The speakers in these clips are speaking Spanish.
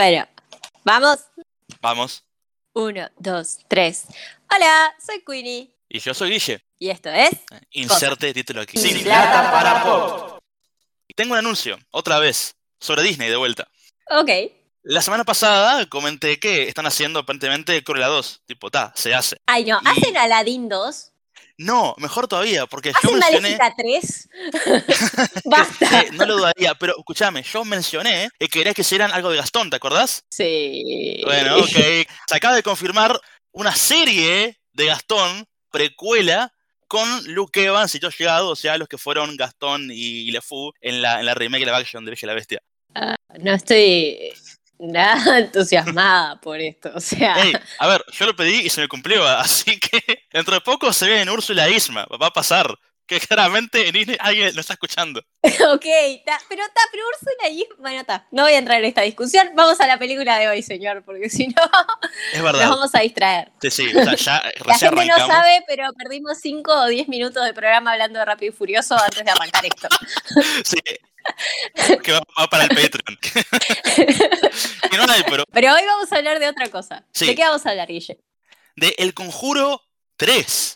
Bueno, ¿vamos? Vamos. 1, 2, 3. Hola, soy Queenie. Y yo soy Guille. Y esto es... Inserte título aquí. Sin plata para pop. Y tengo un anuncio, otra vez, sobre Disney de vuelta. Ok. La semana pasada comenté que están haciendo aparentemente Cruella 2. Tipo, se hace. Ay, no, ¿hacen Aladdin 2? No, mejor todavía, porque yo ¿Hacen mencioné... Maléfica 3? Basta. No lo dudaría, pero escúchame, yo mencioné que quería que hicieran algo de Gastón, ¿te acordás? Sí. Bueno, ok. Se acaba de confirmar una serie de Gastón, precuela, con Luke Evans y Josh Gad, o sea, los que fueron Gastón y LeFou en la remake live action de Bella y la Bestia. No estoy nada entusiasmada por esto, o sea... Hey, a ver, yo lo pedí y se me cumplió, así que dentro de poco se ve en Úrsula Isma, va a pasar. Que claramente en Disney alguien lo está escuchando. Ok, pero Úrsula y... Bueno, no voy a entrar en esta discusión. Vamos a la película de hoy, señor, porque si no, Es verdad. nos vamos a distraer. Sí, o sea, ya La recién gente arrancamos. no sabe, pero perdimos 5 o 10 minutos de programa hablando de Rápido y Furioso antes de arrancar esto. Sí, que va para el Patreon. Que no hay, Pero hoy vamos a hablar de otra cosa. Sí. ¿De qué vamos a hablar, Guille? De El Conjuro 3.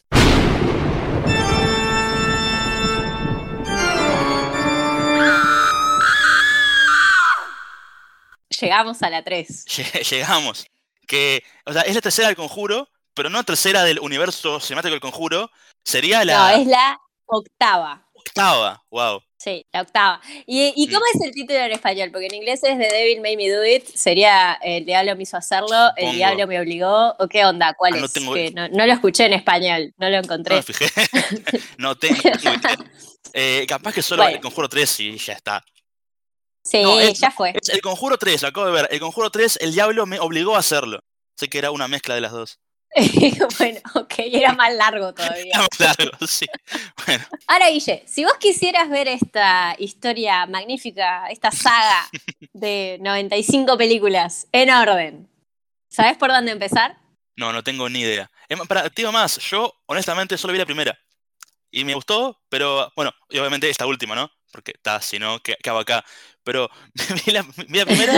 Llegamos a la 3. Llegamos. Que, o sea, es la tercera del Conjuro, pero no la tercera del universo cinemático del Conjuro. Sería la... No, es la octava. Octava, wow. Sí, la octava. ¿Y cómo es el título en español? Porque en inglés es The Devil Made Me Do It. Sería El Diablo me hizo hacerlo, Supongo. El Diablo me obligó. ¿O qué onda? ¿Cuál no es? tengo... Que no lo escuché en español, no lo No encontré. me fijé. no tengo idea. Capaz que solo El Conjuro 3 y ya está. Sí, No, ya fue. Es El Conjuro 3, lo acabo de ver. El Conjuro 3, El Diablo me obligó a hacerlo. Sé que era una mezcla de las dos. Bueno, ok, era más largo todavía. Era más largo, sí. Bueno. Ahora, Guille, si vos quisieras ver esta historia magnífica, esta saga de 95 películas en orden, ¿sabés por dónde empezar? No tengo ni idea. Te digo más, yo honestamente solo vi la primera. Y me gustó, pero bueno, y obviamente esta última, ¿no? Porque si no, ¿qué hago acá? Pero vi la primera.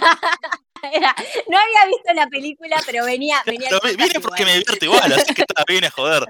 No había visto la película, pero venía Pero vine porque me divierto igual, así que vine a joder.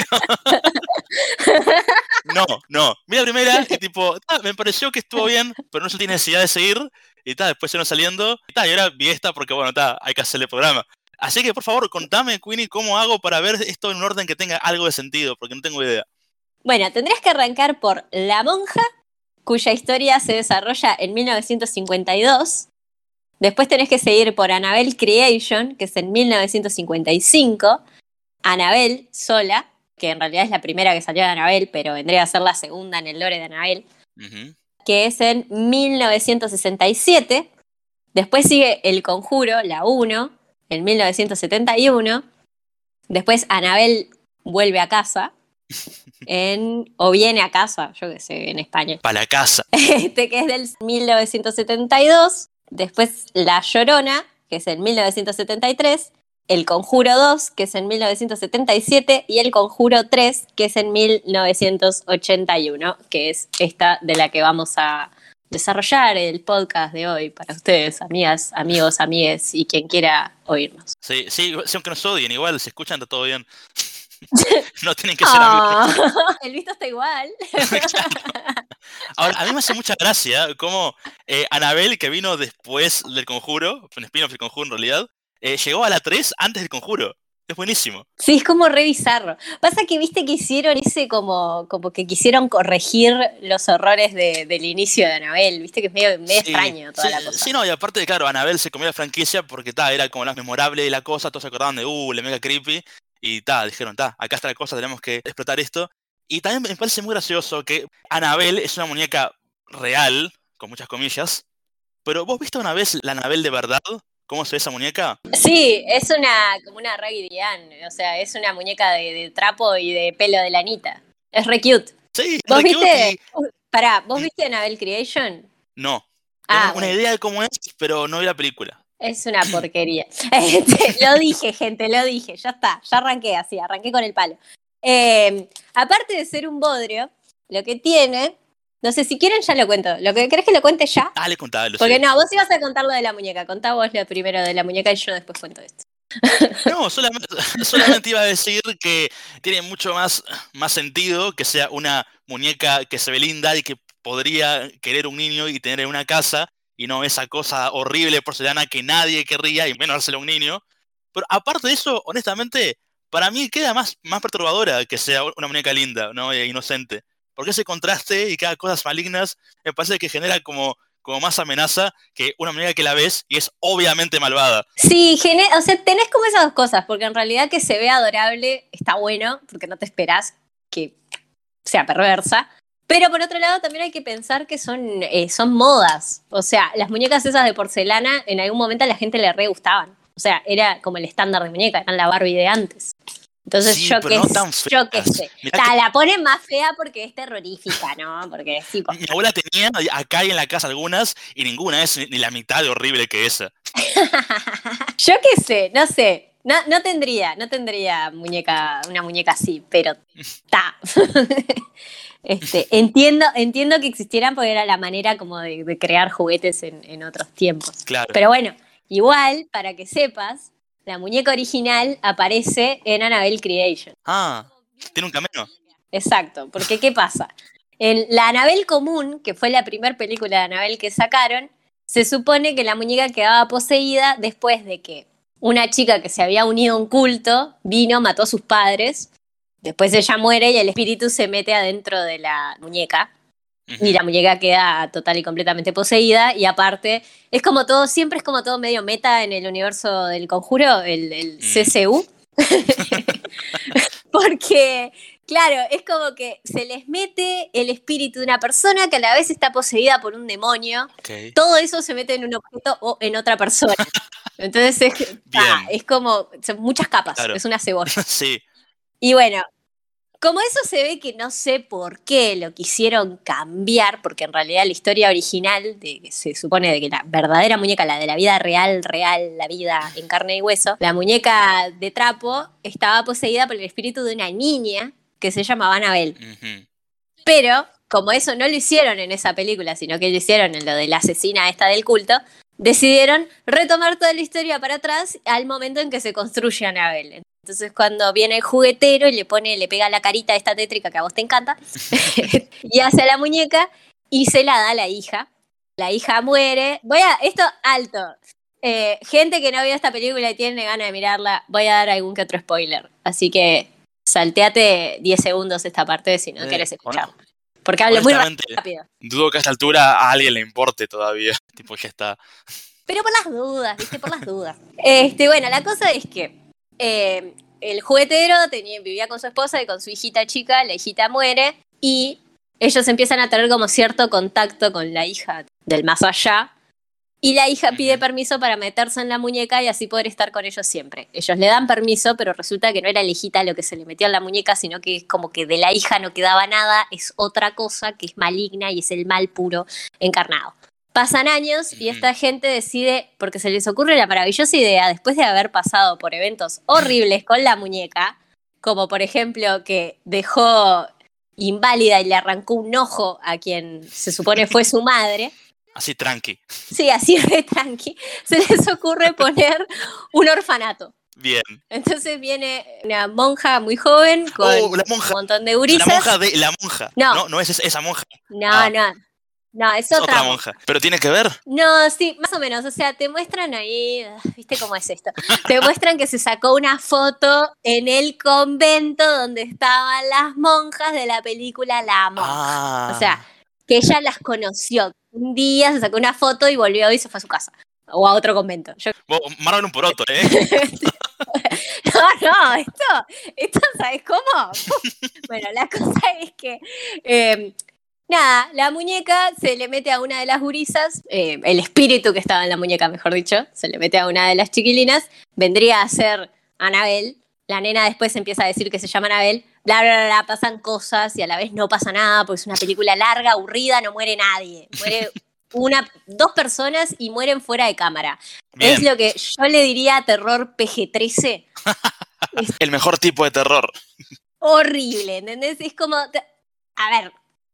Pero... No. Vi la primera y tipo, me pareció que estuvo bien, pero no se tiene necesidad de seguir. Y después se nos saliendo. Y ahora vi esta porque, bueno, hay que hacerle programa. Así que, por favor, contame, Queenie, cómo hago para ver esto en un orden que tenga algo de sentido, porque no tengo idea. Bueno, tendrías que arrancar por La Monja, cuya historia se desarrolla en 1952. Después tenés que seguir por Annabelle Creation, que es en 1955. Annabelle sola, que en realidad es la primera que salió de Annabelle, pero vendría a ser la segunda en el lore de Annabelle, que es en 1967. Después sigue El Conjuro, la 1, en 1971. Después Annabelle vuelve a casa, o viene a casa, yo qué sé, en España. Para la casa. Que es del 1972. Después La Llorona, que es en 1973. El Conjuro 2, que es en 1977. Y El Conjuro 3, que es en 1981, que es esta de la que vamos a desarrollar el podcast de hoy para ustedes, amigas, amigos, amigues y quien quiera oírnos. Sí, aunque nos odien, igual, si escuchan está todo bien. No tienen que ser amigos. El visto está igual. Claro. Ahora, a mí me hace mucha gracia cómo Annabelle, que vino después del Conjuro, un spin-off del Conjuro en realidad, llegó a la 3 antes del Conjuro. Es buenísimo. Sí, es como re bizarro. Pasa que viste que hicieron ese como que quisieron corregir los horrores del inicio de Annabelle. Viste que es medio extraño toda la cosa. Sí, no, y aparte, claro, Annabelle se comió la franquicia porque era como la memorable de la cosa, todos se acordaban de la mega creepy. Y dijeron, acá está la cosa, tenemos que explotar esto. Y también me parece muy gracioso que Annabelle es una muñeca real, con muchas comillas. Pero ¿vos viste una vez la Annabelle de verdad? ¿Cómo se ve esa muñeca? Sí, es como una Raggedy Ann. O sea, es una muñeca de trapo y de pelo de lanita. Es re cute. Sí, ¿Vos re viste? cute. Pará, ¿vos viste Annabelle Creation? No. Tengo una idea de cómo es, pero no vi la película. Es una porquería. Lo dije, gente, lo dije. Ya está, ya arranqué así, arranqué con el palo. Aparte de ser un bodrio, lo que tiene No sé, si quieren ya lo cuento. ¿Lo que querés que lo cuente ya? Dale, contalo. Porque Sí. no, vos ibas a contar lo de la muñeca. Contá vos lo primero de la muñeca y yo después cuento esto. No, solamente iba a decir que tiene mucho más sentido que sea una muñeca que se ve linda y que podría querer un niño y tener en una casa, y no esa cosa horrible de porcelana que nadie querría, y menos dársela a un niño. Pero aparte de eso, honestamente, para mí queda más perturbadora que sea una muñeca linda, ¿no? E inocente. Porque ese contraste y que haga cosas malignas me parece que genera como más amenaza que una muñeca que la ves y es obviamente malvada. Sí, o sea, tenés como esas dos cosas, porque en realidad que se vea adorable está bueno, porque no te esperás que sea perversa. Pero por otro lado también hay que pensar que son modas. O sea, las muñecas esas de porcelana en algún momento a la gente le re gustaban. O sea, era como el estándar de muñeca, eran la Barbie de antes. Entonces Sí, pero no tan yo qué feas. sé. Mirá que La ponen más fea porque es terrorífica, ¿no? Porque es tipo... mi abuela tenía acá y en la casa algunas y ninguna es ni la mitad de horrible que esa. Yo qué sé, no sé. No tendría una muñeca así, pero ta. Entiendo que existieran porque era la manera como de crear juguetes en otros tiempos. Claro. Pero bueno, igual, para que sepas, la muñeca original aparece en Annabelle Creation. Ah, tiene un cameo. Exacto, porque ¿qué pasa? En la Annabelle común, que fue la primera película de Annabelle que sacaron, se supone que la muñeca quedaba poseída después de que una chica que se había unido a un culto vino, mató a sus padres, después ella muere y el espíritu se mete adentro de la muñeca y la muñeca queda total y completamente poseída y aparte siempre es como todo medio meta en el universo del Conjuro, el CCU. Porque, claro, es como que se les mete el espíritu de una persona que a la vez está poseída por un demonio. Okay. Todo eso se mete en un objeto o en otra persona. Entonces Bien. es como, son muchas capas, Claro. es una cebolla. Sí. Y bueno, como eso se ve que no sé por qué lo quisieron cambiar, porque en realidad la historia original, se supone de que la verdadera muñeca, la de la vida real, la vida en carne y hueso, la muñeca de trapo estaba poseída por el espíritu de una niña que se llamaba Annabelle. Pero, como eso no lo hicieron en esa película, sino que lo hicieron en lo de la asesina esta del culto, decidieron retomar toda la historia para atrás al momento en que se construye Annabelle. Entonces cuando viene el juguetero y le pega la carita esta tétrica que a vos te encanta, y hace a la muñeca y se la da a la hija. La hija muere. Esto alto. Gente que no vio esta película y tiene ganas de mirarla, voy a dar algún que otro spoiler. Así que salteate 10 segundos esta parte si no querés escuchar. Bueno, porque hablo muy rápido. Dudo que a esta altura a alguien le importe todavía. Tipo, ya está. Pero por las dudas, ¿viste? Por las dudas. Bueno, la cosa es que el juguetero vivía con su esposa y con su hijita chica, la hijita muere y ellos empiezan a tener como cierto contacto con la hija del más allá y la hija pide permiso para meterse en la muñeca y así poder estar con ellos siempre. Ellos le dan permiso, pero resulta que no era la hijita lo que se le metió en la muñeca, sino que es como que de la hija no quedaba nada, es otra cosa que es maligna y es el mal puro encarnado. Pasan años y esta gente decide, porque se les ocurre la maravillosa idea, después de haber pasado por eventos horribles con la muñeca, como por ejemplo que dejó inválida y le arrancó un ojo a quien se supone fue su madre. Así tranqui. Sí, así re tranqui. Se les ocurre poner un orfanato. Bien. Entonces viene una monja muy joven con un montón de gurisas. La monja. No es esa monja. No, es otra monja. ¿Pero tiene que ver? No, sí, más o menos. O sea, te muestran ahí, ¿viste cómo es esto? Te muestran que se sacó una foto en el convento donde estaban las monjas de la película La Monja. O sea, que ella las conoció. Un día se sacó una foto y volvió y se fue a su casa. O a otro convento. Marvan un poroto, ¿eh? No, esto, ¿sabes cómo? Bueno, la cosa es que... nada, la muñeca se le mete a una de las gurisas, el espíritu que estaba en la muñeca, mejor dicho, se le mete a una de las chiquilinas, vendría a ser Annabelle, la nena después empieza a decir que se llama Annabelle, bla, bla, bla, bla, pasan cosas y a la vez no pasa nada, porque es una película larga, aburrida, no muere nadie, muere dos personas y mueren fuera de cámara. Bien. Es lo que yo le diría terror PG-13. El mejor tipo de terror. Horrible, ¿entendés? Es como, a ver...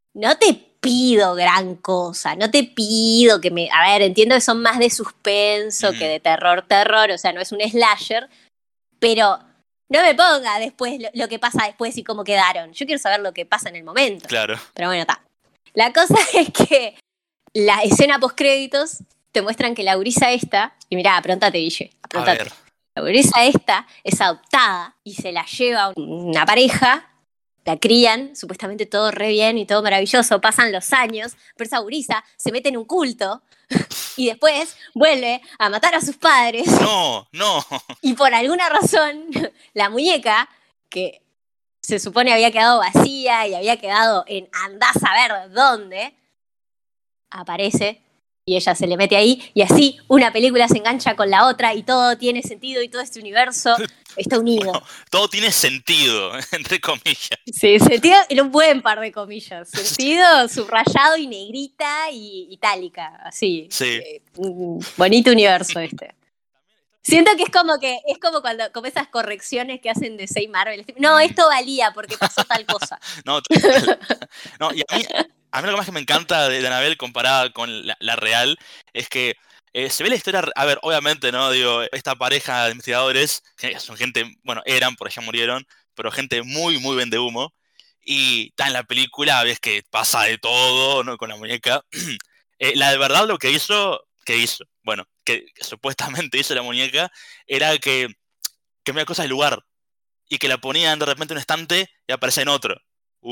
no te pido gran cosa, no te pido que me... A ver, entiendo que son más de suspenso que de terror, o sea, no es un slasher, pero no me ponga después lo que pasa después y cómo quedaron. Yo quiero saber lo que pasa en el momento. Claro. Pero bueno, está. La cosa es que la escena post-créditos te muestran que la gurisa esta, y mirá, aprontate, Guille, aprontate. A ver. La gurisa esta es adoptada y se la lleva una pareja, la crían, supuestamente todo re bien y todo maravilloso, pasan los años, pero esa gurisa se mete en un culto y después vuelve a matar a sus padres. No. Y por alguna razón, la muñeca, que se supone había quedado vacía y había quedado en andá a saber dónde, aparece y ella se le mete ahí y así una película se engancha con la otra y todo tiene sentido y todo este universo está unido. Bueno, todo tiene sentido, entre comillas. Sí, sentido en un buen par de comillas. Sentido subrayado y negrita y itálica, así. Sí. Bonito universo este. Siento que es como cuando como esas correcciones que hacen de Say Marvel. No, esto valía porque pasó tal cosa. No, no, y a mí lo que más que me encanta de Annabelle comparada con la real es que se ve la historia, a ver, obviamente, ¿no? Digo, esta pareja de investigadores, que son gente, bueno, eran, por allá murieron, pero gente muy, muy vende humo. Y está en la película, ves que pasa de todo, ¿no? Con la muñeca. La de verdad lo que hizo, bueno, que supuestamente hizo la muñeca, era que veía cosas del lugar y que la ponían de repente en un estante y aparecía en otro.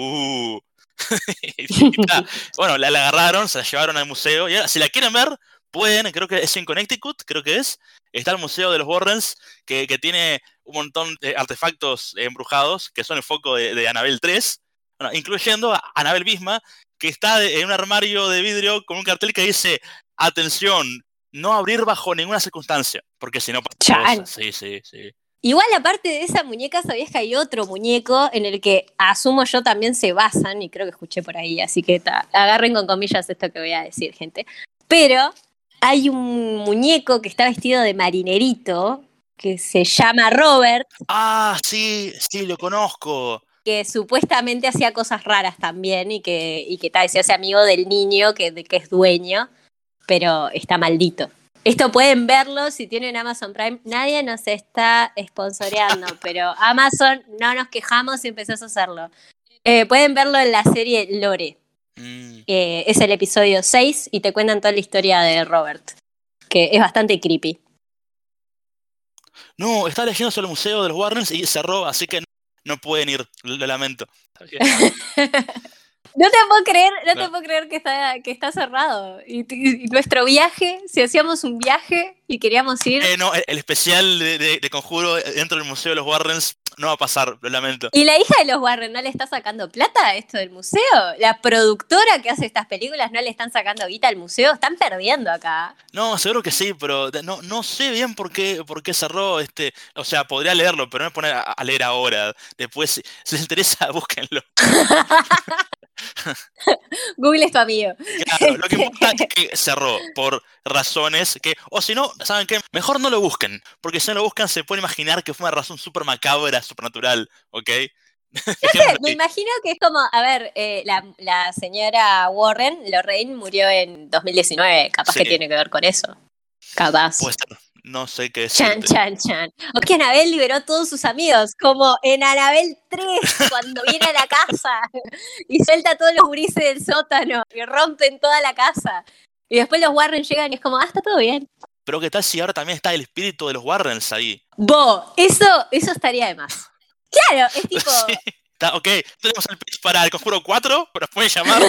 Bueno, la agarraron, se la llevaron al museo y ahora, si la quieren ver, pueden, creo que es en Connecticut, creo que es. Está el Museo de los Warrens, que tiene un montón de artefactos embrujados, que son el foco de Annabelle 3, bueno, incluyendo a Annabelle misma, que está en un armario de vidrio con un cartel que dice: atención, no abrir bajo ninguna circunstancia, porque si no pasa cosas. Sí. Igual, aparte de esa muñeca, sabías que hay otro muñeco en el que asumo yo también se basan, y creo que escuché por ahí, así que agarren con comillas esto que voy a decir, gente. Pero hay un muñeco que está vestido de marinerito, que se llama Robert. Ah, sí, lo conozco. Que supuestamente hacía cosas raras también y que tal, se hace amigo del niño que es dueño, pero está maldito. Esto pueden verlo si tienen Amazon Prime. Nadie nos está sponsoreando, pero Amazon, no nos quejamos si empezás a hacerlo. Pueden verlo en la serie Lore. Es el episodio 6 y te cuentan toda la historia de Robert, que es bastante creepy. No, estaba leyendo sobre el Museo de los Warrens y cerró, así que no pueden ir, lo lamento. No te puedo creer que está cerrado. Y nuestro viaje, si hacíamos un viaje y queríamos ir... No, el especial de Conjuro dentro del Museo de los Warrens no va a pasar, lo lamento. ¿Y la hija de los Warren no le está sacando plata a esto del museo? ¿La productora que hace estas películas no le están sacando guita al museo? Están perdiendo acá. No, seguro que sí, pero no sé bien por qué cerró. O sea, podría leerlo, pero no me poner a leer ahora. Después, si les interesa, búsquenlo. Google es tu amigo. Claro, lo que importa es que cerró por razones que, o si no, ¿saben qué? Mejor no lo busquen, porque si no lo buscan se pueden imaginar que fue una razón súper macabra, supernatural, ¿ok? No sé, me imagino que es como, a ver, la señora Warren, Lorraine, murió en 2019, capaz que tiene que ver con eso. Capaz. Puede ser, no sé qué decirte. Chan. O que Annabelle liberó a todos sus amigos, como en Annabelle 3, cuando viene a la casa y suelta a todos los gurises del sótano y rompen toda la casa. Y después los Warren llegan y es como, está todo bien. Pero ¿qué tal si ahora también está el espíritu de los Warrens ahí? Eso estaría de más. Claro, es tipo... Sí, está, ok, tenemos el pitch para el Conjuro 4, pero pueden llamar.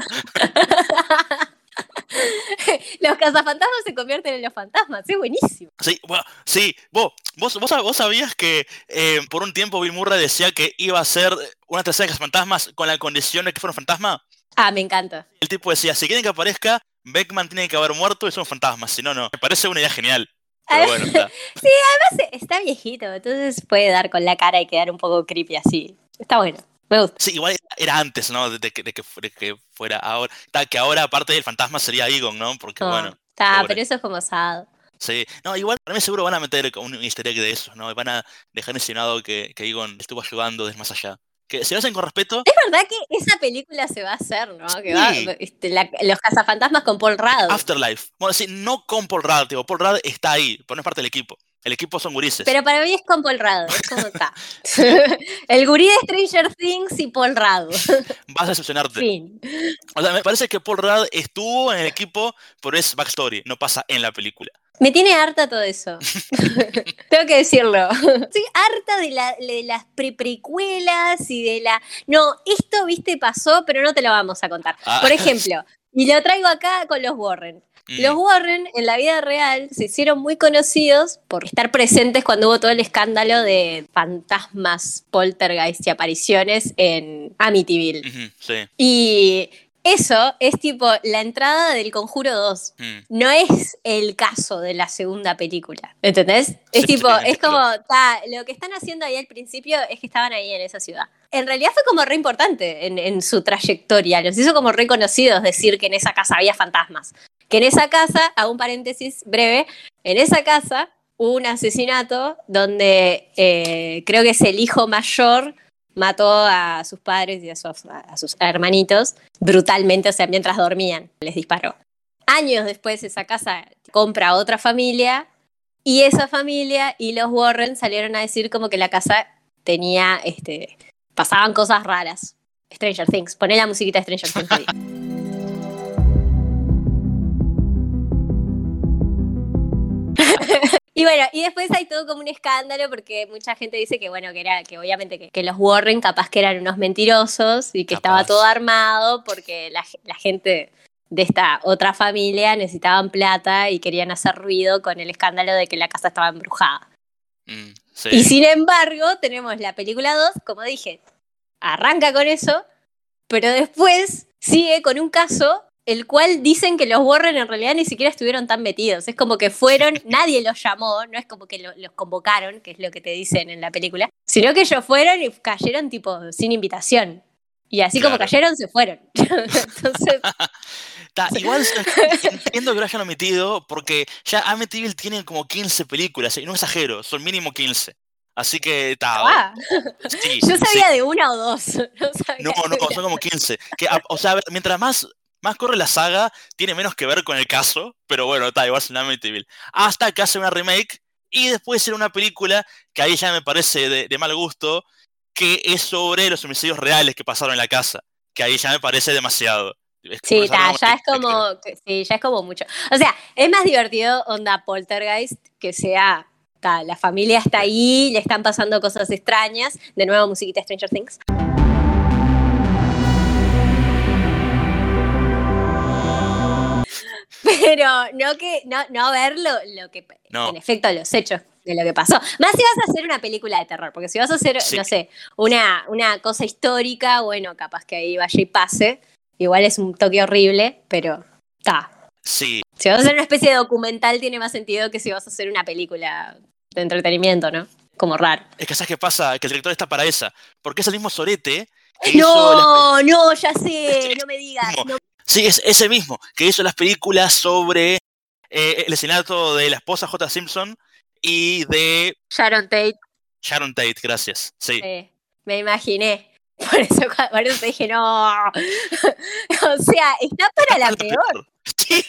Los cazafantasmas se convierten en los fantasmas, es buenísimo. Sí, bueno, sí. ¿Vos sabías que por un tiempo Bill Murray decía que iba a ser una tercera de Cazafantasmas con la condición de que fuera un fantasma? Ah, me encanta. El tipo decía, si quieren que aparezca, Beckman tiene que haber muerto y son fantasmas, si no, no. Me parece una idea genial. Pero bueno, está. Sí, además está viejito, entonces puede dar con la cara y quedar un poco creepy así. Está bueno, me gusta. Sí, igual era antes, ¿no? De que fuera ahora. Que ahora, aparte del fantasma, sería Egon, ¿no? Porque bueno. Pero eso es como osado. Sí, no, igual para mí seguro van a meter un easter egg de esos, ¿no? Van a dejar enseñado que Egon estuvo ayudando desde más allá. Que si lo hacen con respeto. Es verdad que esa película se va a hacer, ¿no? Que va, Sí. Los cazafantasmas con Paul Rudd. Afterlife. Bueno, sí, no con Paul Rudd, tipo, Paul Rudd está ahí, pero no es parte del equipo. El equipo son gurises. Pero para mí es con Paul Rudd, es como está. El gurí de Stranger Things y Paul Rudd. Vas a decepcionarte. Fin. O sea, me parece que Paul Rudd estuvo en el equipo, pero es backstory, no pasa en la película. Me tiene harta todo eso. Tengo que decirlo. Estoy harta de las precuelas y de la... No, esto, viste, pasó, pero no te lo vamos a contar. Ah. Por ejemplo, y lo traigo acá con los Warren. Los Warren, en la vida real, se hicieron muy conocidos por estar presentes cuando hubo todo el escándalo de fantasmas, poltergeist y apariciones en Amityville. Sí. Y eso es tipo la entrada del Conjuro 2. No es el caso de la segunda película. ¿Entendés? Es Sí, tipo, sí, es como, lo que están haciendo ahí al principio es que estaban ahí en esa ciudad. En realidad fue como re importante en su trayectoria. Los hizo como reconocidos decir que en esa casa había fantasmas. Que en esa casa, hago un paréntesis breve, en esa casa hubo un asesinato donde creo que es el hijo mayor mató a sus padres y a sus hermanitos brutalmente, o sea, mientras dormían, les disparó. Años después esa casa compra a otra familia y esa familia y los Warren salieron a decir como que la casa tenía, pasaban cosas raras. Stranger Things, poné la musiquita de Stranger Things ahí. Y bueno, y después hay todo como un escándalo porque mucha gente dice que bueno, que obviamente que los Warren capaz que eran unos mentirosos y que estaba todo armado porque la gente de esta otra familia necesitaban plata y querían hacer ruido con el escándalo de que la casa estaba embrujada. Sí. Y sin embargo, tenemos la película 2, como dije, arranca con eso, pero después sigue con un caso el cual dicen que los Warren en realidad ni siquiera estuvieron tan metidos. Es como que fueron, nadie los llamó, no es como que los convocaron, que es lo que te dicen en la película, sino que ellos fueron y cayeron tipo sin invitación. Y así como cayeron, se fueron. Entonces... Igual entiendo que lo hayan omitido porque ya Amityville tiene como 15 películas, y no exagero, son mínimo 15. Así que sí, yo sabía de una o dos. No, son como 15. O sea, mientras más corre la saga, tiene menos que ver con el caso, pero bueno, igual es un Amityville. Hasta que hace una remake y después hacer una película que ahí ya me parece de mal gusto, que es sobre los homicidios reales que pasaron en la casa, que ahí ya me parece demasiado. Sí, ya es como mucho. O sea, es más divertido onda Poltergeist que sea, la familia está ahí, le están pasando cosas extrañas. De nuevo, musiquita Stranger Things. Pero no ver lo que, en efecto, los hechos de lo que pasó. Más si vas a hacer una película de terror, porque si vas a hacer, no sé, una cosa histórica, bueno, capaz que ahí vaya y pase. Igual es un toque horrible, pero Sí. Si vas a hacer una especie de documental, tiene más sentido que si vas a hacer una película de entretenimiento, ¿no? Como raro. Es que ¿sabes qué pasa? Que el director está para esa. Porque es el mismo sorete que hizo... No, ya sé, no me digas. No. Sí, es ese mismo, que hizo las películas sobre el asesinato de la esposa J. Simpson y de... Sharon Tate. Sharon Tate, gracias. Sí. Me imaginé. Por eso dije, no. O sea, está para la peor. Sí.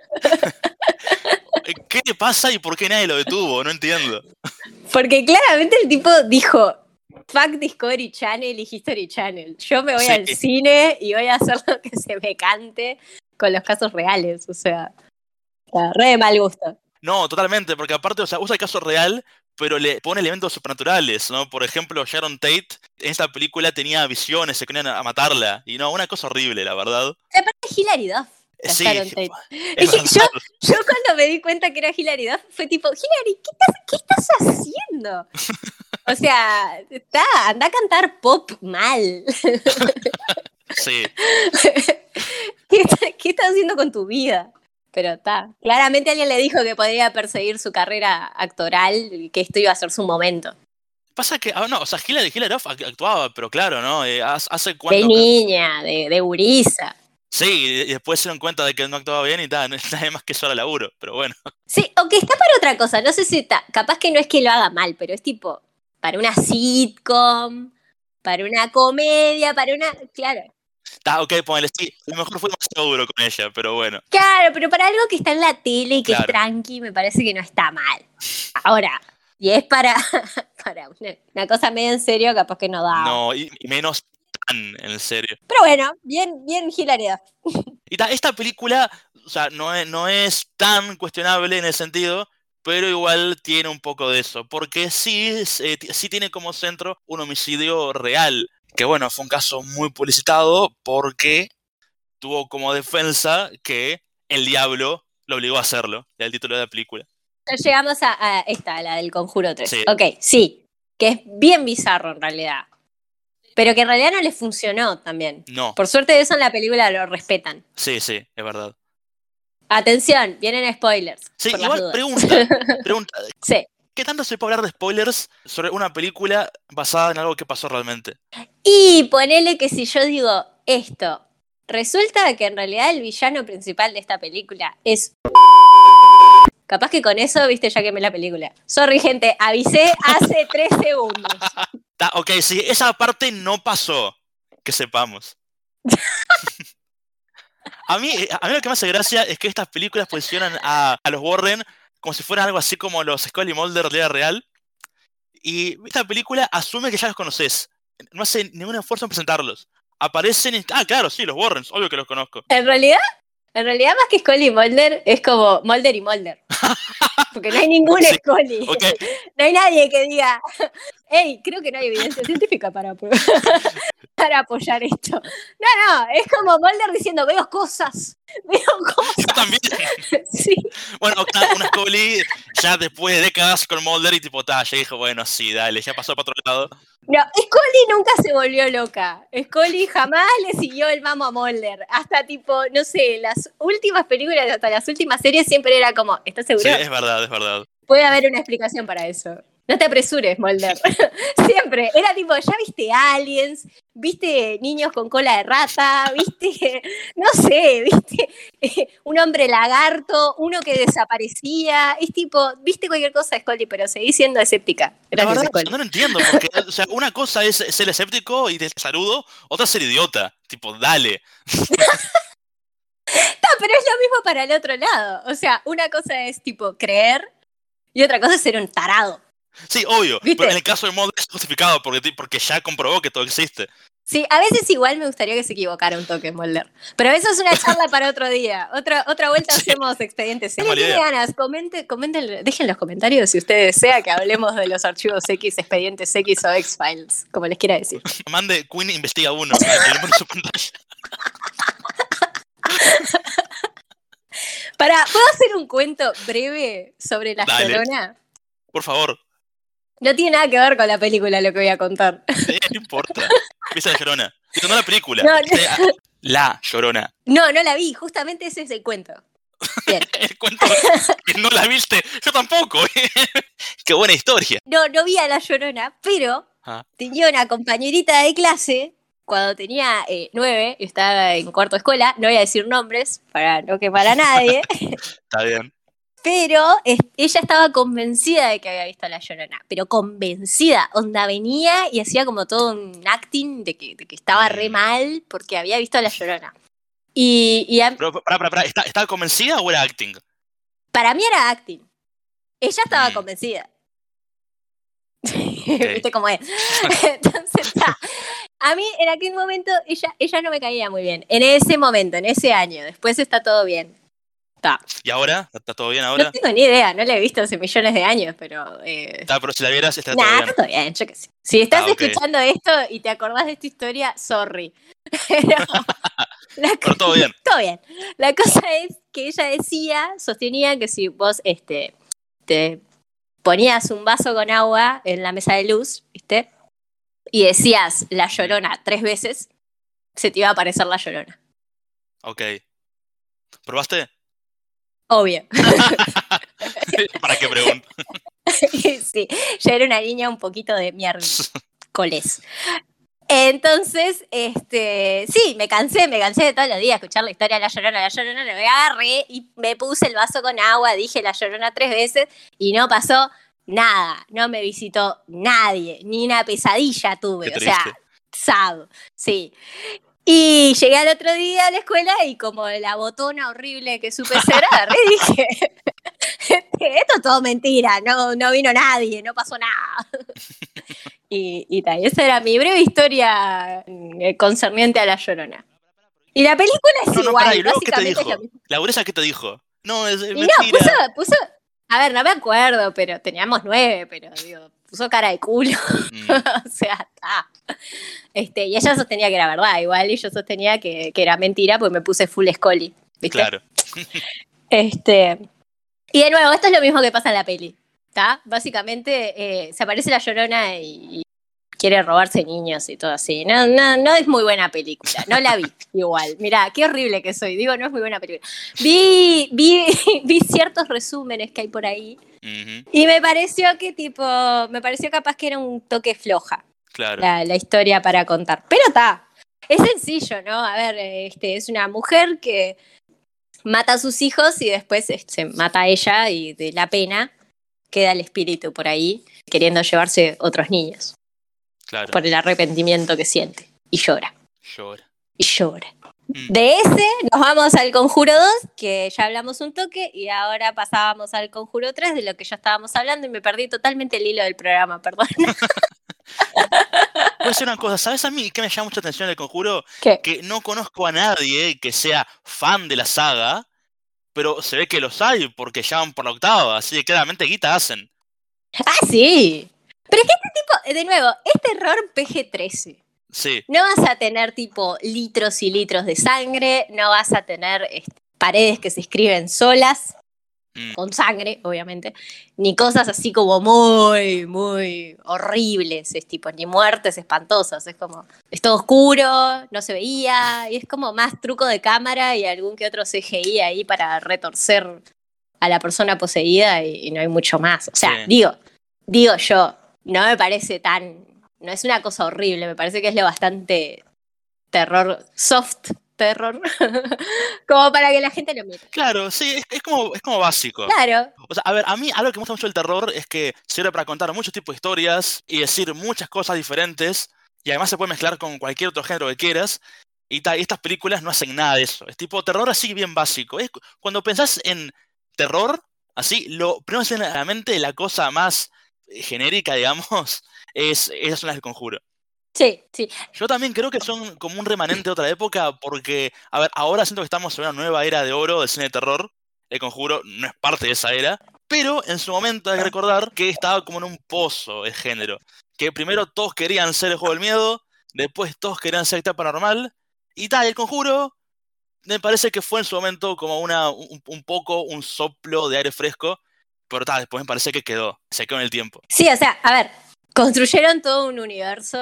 ¿Qué le pasa y por qué nadie lo detuvo? No entiendo. Porque claramente el tipo dijo, fuck Discovery Channel y History Channel. Yo me voy al cine y voy a hacer lo que se me cante con los casos reales. O sea, re de mal gusto. No, totalmente, porque aparte, usa el caso real, pero le pone elementos supernaturales, ¿no? Por ejemplo, Sharon Tate en esta película tenía visiones, se querían a matarla. Y no, una cosa horrible, la verdad. Aparte es Hilary Duff. Sí, yo cuando me di cuenta que era Hilary Duff, fue tipo, Hilary, ¿qué estás haciendo? O sea, anda a cantar pop mal. Sí. ¿Qué estás haciendo con tu vida? Pero claramente alguien le dijo que podría perseguir su carrera actoral y que esto iba a ser su momento. Pasa que, Hilary Duff actuaba, pero claro, ¿no? ¿Hace cuánto? De niña, de gurisa. Sí, y después se dan cuenta de que no actuaba bien y no es nada más que solo laburo, pero bueno. Sí, o que está para otra cosa, no sé si capaz que no es que lo haga mal, pero es tipo para una sitcom para una comedia, claro. Está, ok, ponele, sí, a lo mejor fue demasiado duro con ella, pero bueno. Claro, pero para algo que está en la tele y que es Claro. tranqui, me parece que no está mal. Ahora, y es para una cosa medio en serio, capaz que no da. No, y menos tan en serio. Pero bueno, bien hilaridad. Y esta película, o sea, no es tan cuestionable en el sentido, pero igual tiene un poco de eso, porque sí tiene como centro un homicidio real, que bueno, fue un caso muy publicitado porque tuvo como defensa que el diablo lo obligó a hacerlo, era el título de la película. Llegamos a esta, la del Conjuro 3. Sí. Ok, sí, que es bien bizarro en realidad. Pero que en realidad no le funcionó también. No. Por suerte de eso en la película lo respetan. Sí, es verdad. Atención, vienen spoilers. Sí, por igual las dudas. pregunta, Sí. ¿qué tanto se puede hablar de spoilers sobre una película basada en algo que pasó realmente? Y ponele que si yo digo esto, resulta que en realidad el villano principal de esta película es... Capaz que con eso, viste, ya quemé la película. Sorry, gente, avisé hace 3 segundos. Ok, sí, esa parte no pasó, que sepamos. A mí lo que me hace gracia es que estas películas posicionan a los Warren como si fueran algo así como los Scully y Mulder de la realidad. Y esta película asume que ya los conoces. No hace ningún esfuerzo en presentarlos. Aparecen y... Ah, claro, sí, los Warrens, obvio que los conozco. En realidad más que Scully y Mulder, es como Mulder y Mulder. Porque no hay ningún Sí, Scully. okay. No hay nadie que diga, hey, creo que no hay evidencia científica para apoyar esto. No, es como Mulder diciendo, veo cosas. Yo también. Sí. Bueno, una Scully ya después de décadas con Mulder y tipo, ya dijo, bueno, sí, dale, ya pasó para otro lado. No, Scully nunca se volvió loca. Scully jamás le siguió el mamo a Mulder. Hasta tipo, no sé, las últimas películas, hasta las últimas series siempre era como, ¿estás seguro? Sí, es verdad. Puede haber una explicación para eso. No te apresures, Mulder. Siempre. Era tipo, ya viste aliens, viste niños con cola de rata, viste, no sé, viste un hombre lagarto, uno que desaparecía. Es tipo, viste cualquier cosa, Scully, pero seguís siendo escéptica. Gracias, La verdad, no lo entiendo, porque o sea, una cosa es ser escéptico y te saludo, otra es ser idiota. Tipo, dale. No, pero es lo mismo para el otro lado. O sea, una cosa es tipo creer y otra cosa es ser un tarado. Sí, obvio, ¿viste? pero en el caso de Mulder es justificado porque ya comprobó que todo existe. Sí, a veces igual me gustaría que se equivocara un toque Mulder. Pero eso es una charla para otro día. Otra vuelta Sí. Hacemos expedientes. Si Es mala tiene idea. ganas, comenten, dejen en los comentarios si usted desea que hablemos de los archivos X, expedientes X o X-Files, como les quiera decir. Mande Queen investiga uno y le pone su pantalla. ¿Puedo hacer un cuento breve sobre La Dale. Llorona? Por favor. No tiene nada que ver con la película lo que voy a contar. No importa. Empieza La Llorona. No la película. No. La Llorona. No la vi. Justamente ese es el cuento. Bien. El cuento que no la viste. Yo tampoco. Qué buena historia. No vi a La Llorona, pero tenía una compañerita de clase cuando tenía 9 y estaba en cuarto de escuela. No voy a decir nombres para no quemar a nadie. Está bien. Pero ella estaba convencida de que había visto a La Llorona, pero convencida, onda venía y hacía como todo un acting de que estaba re mal porque había visto a La Llorona. Pero, pará, ¿estaba convencida o era acting? Para mí era acting. Ella estaba convencida. Okay. ¿Viste cómo es? Entonces, a mí en aquel momento ella no me caía muy bien. En ese momento, en ese año. Después está todo bien. ¿Y ahora? ¿Está todo bien ahora? No tengo ni idea, no la he visto hace millones de años, pero... Pero si la vieras, está todo bien. Está todo bien, yo qué sé. Si estás escuchando esto y te acordás de esta historia, sorry. Pero todo bien. Todo bien. La cosa es que ella sostenía que si vos te ponías un vaso con agua en la mesa de luz, ¿viste? Y decías La Llorona 3 veces, se te iba a aparecer La Llorona. Ok. ¿Probaste? Obvio. ¿Para qué pregunto? Sí, yo era una niña un poquito de miércoles. Entonces, sí, me cansé de todos los días escuchar la historia de La Llorona, me agarré y me puse el vaso con agua, dije La Llorona 3 veces y no pasó nada, no me visitó nadie, ni una pesadilla tuve, o sea, Sad, sí. Y llegué al otro día a la escuela y como la botona horrible que supe ser, agarré y dije, esto es todo mentira, no vino nadie, no pasó nada. Y tal, esa era mi breve historia concerniente a La Llorona. Y la película es No, pará, igual, ¿y luego qué te básicamente es lo dijo? mismo. ¿Lauresa qué te dijo? No, es Y no, mentira. puso, a ver, no me acuerdo, pero teníamos 9, pero digo, puso cara de culo. Mm, O sea, está. Y ella sostenía que era verdad, igual, y yo sostenía que era mentira, porque me puse full Scully, ¿viste? claro. Y de nuevo, esto es lo mismo que pasa en la peli, ¿está? Básicamente, se aparece la Llorona y quiere robarse niños y todo así. No es muy buena película, no la vi igual. Mirá, qué horrible que soy, digo, no es muy buena película. Vi ciertos resúmenes que hay por ahí Ujú, y me pareció capaz que era un toque floja claro. la historia para contar. Pero está, es sencillo, ¿no? A ver, es una mujer que mata a sus hijos y después se mata a ella y de la pena queda el espíritu por ahí queriendo llevarse otros niños Claro. por el arrepentimiento que siente y llora. Llora. Y llora. Mm. De ese nos vamos al Conjuro 2, que ya hablamos un toque, y ahora pasábamos al Conjuro 3, de lo que ya estábamos hablando, y me perdí totalmente el hilo del programa, perdón. Voy a decir una cosa, ¿sabes a mí qué me llama mucha atención del Conjuro? ¿Qué? Que no conozco a nadie que sea fan de la saga, pero se ve que los hay porque ya van por la octava, así que claramente guita hacen. Ah, sí. Pero es que de nuevo, es terror PG-13. Sí. No vas a tener tipo litros y litros de sangre, no vas a tener paredes que se escriben solas, Mm, con sangre, obviamente, ni cosas así como muy, muy horribles, es tipo, ni muertes espantosas, es todo oscuro, no se veía, y es como más truco de cámara y algún que otro CGI ahí para retorcer a la persona poseída y no hay mucho más. O sea, sí. digo yo, no me parece no es una cosa horrible, me parece que es lo bastante terror, soft terror, como para que la gente lo mire. Claro, sí, es como básico. Claro, O sea, a ver, a mí algo que me gusta mucho del terror es que sirve para contar muchos tipos de historias y decir muchas cosas diferentes y además se puede mezclar con cualquier otro género que quieras y estas películas no hacen nada de eso. Es tipo terror así bien básico. Cuando pensás en terror, así, lo primero que se viene a la mente, la cosa más genérica, digamos, esas son las del Conjuro. sí, sí. Yo también creo que son como un remanente de otra época porque, a ver, ahora siento que estamos en una nueva era de oro del cine de terror. El Conjuro no es parte de esa era, pero en su momento hay que recordar que estaba como en un pozo el género. Que primero todos querían ser el juego del miedo, después todos querían ser actividad paranormal, y tal, el Conjuro me parece que fue en su momento como un poco un soplo de aire fresco, pero tal, después me parece que se quedó en el tiempo. Sí, o sea, a ver, construyeron todo un universo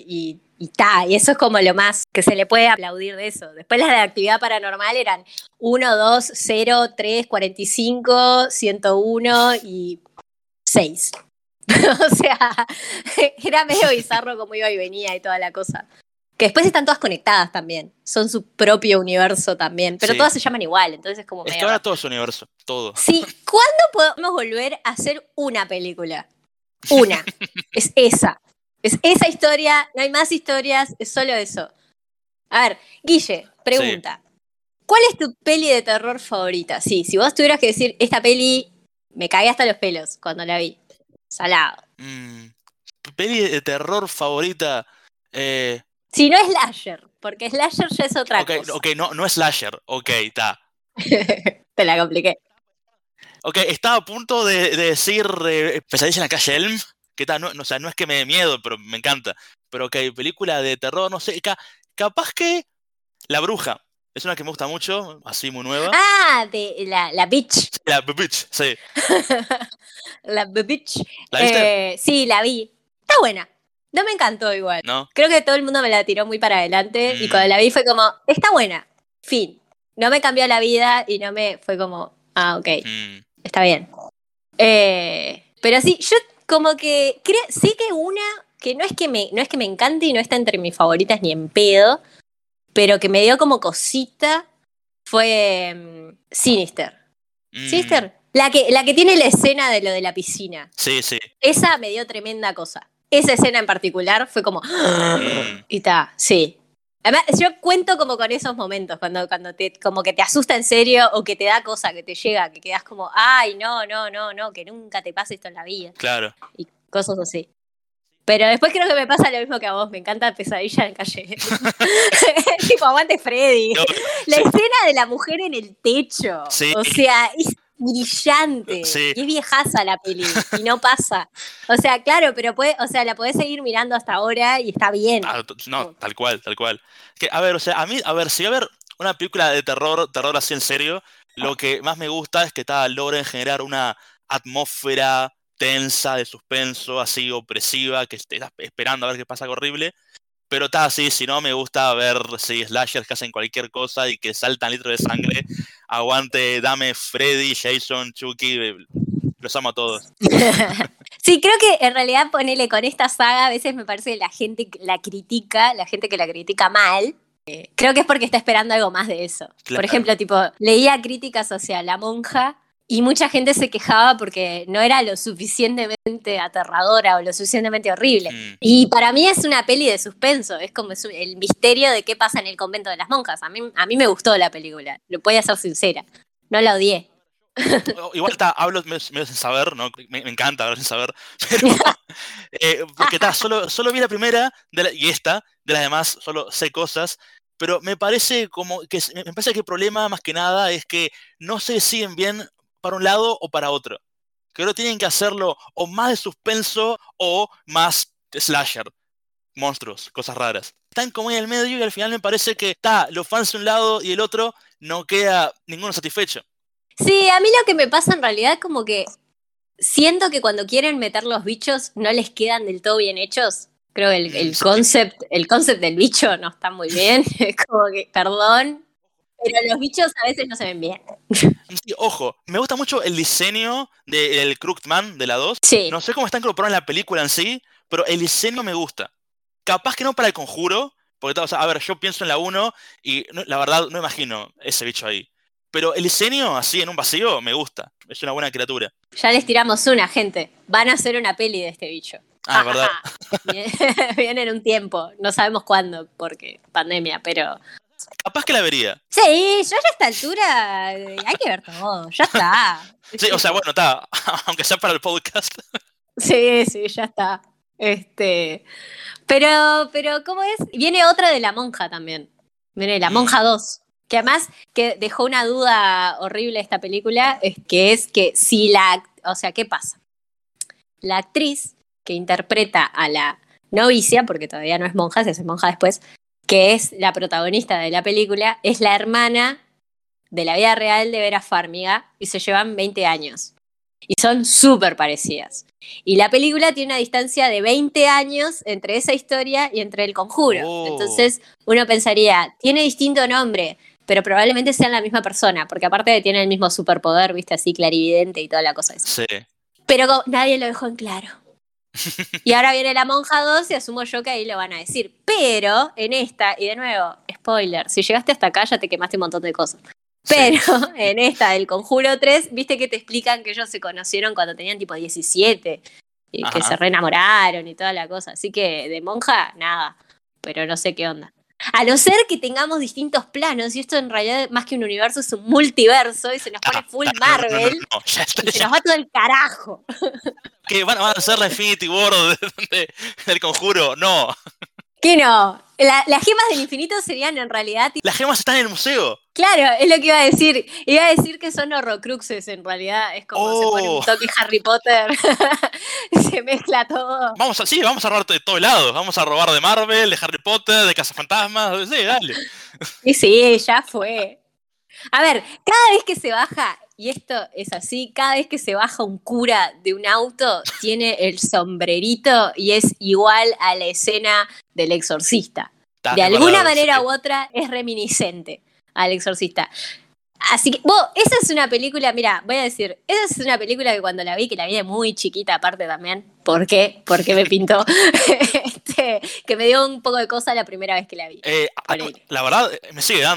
y eso es como lo más que se le puede aplaudir de eso. Después las de actividad paranormal eran 1, 2, 0, 3, 45, 101 y 6. O sea, era medio bizarro como iba y venía y toda la cosa. Que después están todas conectadas también. Son su propio universo también. Pero Sí, todas se llaman igual, entonces es como es que medio ahora raro. todo es universo, todo. Sí, ¿cuándo podemos volver a hacer una película? Una. Es esa. Es esa historia, no hay más historias, es solo eso. A ver, Guille, Sí. pregunta. ¿Cuál es tu peli de terror favorita? Sí, si vos tuvieras que decir, esta peli me cagué hasta los pelos cuando la vi. Salado. Mm, peli de terror favorita. Eh, Si no es slasher, porque slasher ya es otra ok, cosa. ok, no es slasher. Ok, está. Te la compliqué. Ok, estaba a punto de decir Pesadilla en la calle Elm. ¿Qué tal? O sea, no es que me dé miedo, pero me encanta. Pero ok, película de terror, no sé. Capaz que La Bruja. Es una que me gusta mucho, así muy nueva. Ah, de la bitch. La Bitch, sí. La bitch. ¿La viste? Sí, la vi. Está buena. No me encantó igual. ¿No? Creo que todo el mundo me la tiró muy para adelante y cuando Mm, la vi fue como, está buena. Fin. No me cambió la vida y no me fue como, ah, ok, mm, está bien. Pero sí, yo como que sí que una que no es que me encante y no está entre mis favoritas ni en pedo, pero que me dio como cosita fue Sinister. mm. Sinister, la que tiene la escena de lo de la piscina. Sí, sí. Esa me dio tremenda cosa. esa escena en particular fue como... Y está, sí. Además, yo cuento como con esos momentos, cuando te, como que te asusta en serio o que te da cosa, que te llega, que quedas como, ay, no, que nunca te pase esto en la vida. Claro. Y cosas así. Pero después creo que me pasa lo mismo que a vos, me encanta Pesadilla en Calle. Tipo, aguante Freddy. No, La sí, escena de la mujer en el techo, sí, o sea, es brillante. sí. Y es viejaza la peli, y no pasa. O sea, claro, pero la podés seguir mirando hasta ahora y está bien. No, tal cual, tal cual. Que, a ver, o sea, a mí, a ver, si voy a ver una película de terror así en serio, lo que más me gusta es que logren generar una atmósfera tensa, de suspenso, así opresiva, que estés esperando a ver qué pasa algo horrible. Pero está así, si no, me gusta ver sí, slashers que hacen cualquier cosa y que saltan litros de sangre. Aguante, dame Freddy, Jason, Chucky, los amo a todos. Sí, creo que en realidad ponele con esta saga, a veces me parece que la gente la critica, la gente que la critica mal, creo que es porque está esperando algo más de eso. Claro. Por ejemplo, tipo, leía críticas hacia La Monja y mucha gente se quejaba porque no era lo suficientemente aterradora o lo suficientemente horrible. Y para mí es una peli de suspenso, es como el misterio de qué pasa en el convento de las monjas. A mí me gustó la película, lo voy a ser sincera, no la odié. Igual hablo medio sin saber, ¿no? Me encanta hablar sin saber, pero porque solo vi la primera y esta, de las demás solo sé cosas, pero me parece como que me parece que el problema más que nada es que no se deciden bien para un lado o para otro. Creo que tienen que hacerlo o más de suspenso o más de slasher, monstruos, cosas raras. Están como en el medio y al final me parece que los fans de un lado y el otro no queda ninguno satisfecho. Sí, a mí lo que me pasa en realidad es como que siento que cuando quieren meter los bichos no les quedan del todo bien hechos. Creo que el concept del bicho no está muy bien. Es como que, perdón, pero los bichos a veces no se ven bien. Sí, ojo, me gusta mucho el diseño del Crooked de la 2. Sí. No sé cómo está incorporado en la película en sí, pero el diseño me gusta. Capaz que no para el Conjuro, porque, o sea, a ver, yo pienso en la 1 y la verdad no imagino ese bicho ahí. Pero el diseño, así en un vacío, me gusta. Es una buena criatura. Ya les tiramos una, gente. Van a hacer una peli de este bicho. Ah, verdad. Viene en un tiempo. No sabemos cuándo, porque pandemia, pero... Capaz que la vería. Sí, yo ya a esta altura hay que ver todo. Ya está. Sí, o sea, bueno, está. Aunque sea para el podcast. Sí, ya está. Pero, ¿cómo es? Viene otra de La Monja también. Viene La Monja 2. Que además que dejó una duda horrible esta película, que es que si o sea, ¿qué pasa? La actriz que interpreta a la novicia, porque todavía no es monja, se hace monja después, que es la protagonista de la película, es la hermana de la vida real de Vera Farmiga y se llevan 20 años. Y son súper parecidas. Y la película tiene una distancia de 20 años entre esa historia y entre El Conjuro. Oh. Entonces uno pensaría, tiene distinto nombre, pero probablemente sean la misma persona, porque aparte tiene el mismo superpoder, viste, así clarividente y toda la cosa esa. Sí. Pero nadie lo dejó en claro. Y ahora viene La Monja 2 y asumo yo que ahí lo van a decir. Pero en esta, y de nuevo, spoiler, si llegaste hasta acá ya te quemaste un montón de cosas. Pero en esta del Conjuro 3, viste que te explican que ellos se conocieron cuando tenían tipo 17 y que se reenamoraron y toda la cosa. Así que de monja, nada. Pero no sé qué onda. A no ser que tengamos distintos planos, y esto en realidad más que un universo es un multiverso y se nos pone full Marvel y se nos va todo el carajo. ¿Qué? ¿Van a hacer la Infinity War del Conjuro? No. ¿Qué no? Las gemas del infinito serían en realidad... Las gemas están en el museo. Claro, es lo que iba a decir. Iba a decir que son horrocruxes en realidad. Es como se pone un toque Harry Potter. Se mezcla todo. Vamos a robar de todos lados. Vamos a robar de Marvel, de Harry Potter, de Cazafantasmas. Sí, dale. Sí, ya fue. A ver, cada vez que se baja, y esto es así, cada vez que se baja un cura de un auto, tiene el sombrerito y es igual a la escena del exorcista. De alguna manera u otra es reminiscente al exorcista. Así que, esa es una película, mira, voy a decir, esa es una película que cuando la vi, que la vi de muy chiquita aparte también, ¿por qué? Porque me pintó, que me dio un poco de cosa la primera vez que la vi. La verdad, me sigue dando.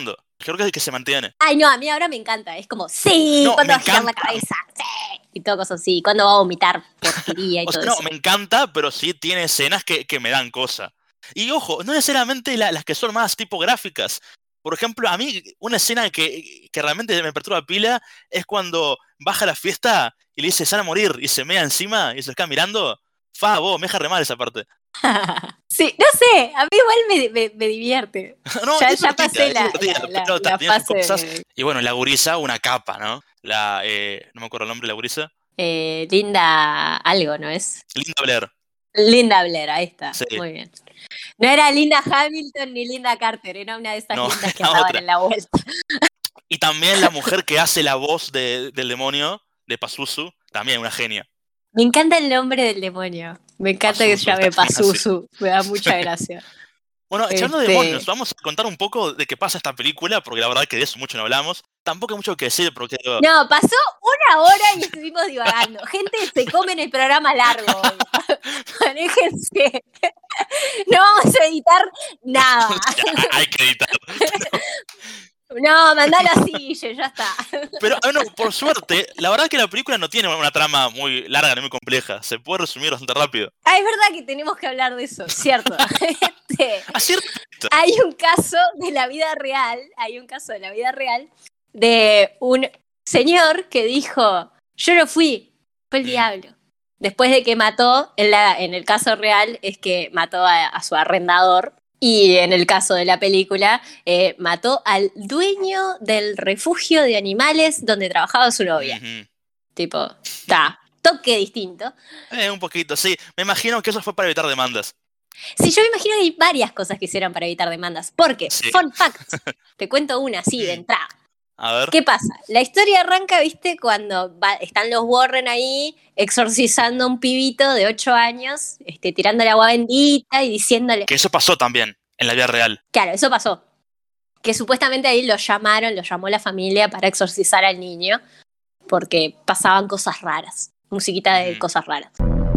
creo que es el que se mantiene. Ay, no, a mí ahora me encanta. Es como, sí, No, cuando me va a girar la encanta. cabeza, sí. Y todo cosas así. Cuando va a vomitar porquería y O sea, todo no, eso. me encanta, pero sí tiene escenas que me dan cosa. Y ojo, no necesariamente las que son más tipográficas. Por ejemplo, a mí una escena que realmente me perturba pila es cuando baja a la fiesta y le dice, se van a morir, y se mea encima y se queda mirando. Fa, vos, me deja re mal esa parte. Sí, no sé, a mí igual me divierte. No, Ya pasé es divertida, pero la tiene sus fase cosas. de Y bueno, la gurisa, una capa, ¿no? No me acuerdo el nombre de la gurisa. Linda algo, ¿no es? Linda Blair. Linda Blair, ahí está, Sí. muy bien. No era Linda Hamilton ni Linda Carter, era una de esas No, lindas que la andaban otra. en la vuelta. Y también la mujer que hace la voz del demonio, de Pazuzu, también una genia. Me encanta el nombre del demonio. Me encanta que se Pazuzu, está llame bien así. Pazuzu. Me da mucha gracia. Bueno, echando demonios, Este. vamos a contar un poco de qué pasa esta película, porque la verdad que de eso mucho no hablamos. Tampoco hay mucho que decir, porque No, pasó 1 hora y estuvimos divagando. Gente, se come en el programa largo hoy. Manéjense. No vamos a editar nada. hay que editar. No, mandalo así, ya está. Pero bueno, por suerte, la verdad que la película no tiene una trama muy larga ni muy compleja. Se puede resumir bastante rápido. Ah, es verdad que tenemos que hablar de eso, cierto. A cierto Hay un caso de la vida real, de un señor que dijo, yo no fui, fue el diablo. Después de que mató, en el caso real es que mató a su arrendador, y en el caso de la película mató al dueño del refugio de animales donde trabajaba su novia. Tipo, toque distinto. Un poquito, sí. Me imagino que eso fue para evitar demandas. Sí, yo me imagino que hay varias cosas que hicieron para evitar demandas. Porque, Sí. fun fact, te cuento una así de entrada. A ver. ¿Qué pasa? La historia arranca, ¿viste? Cuando están los Warren ahí exorcizando a un pibito de 8 años, tirándole agua bendita y diciéndole... Que eso pasó también en la vida real. Claro, eso pasó. Que supuestamente ahí lo llamó la familia para exorcizar al niño, porque pasaban cosas raras. Musiquita de cosas raras.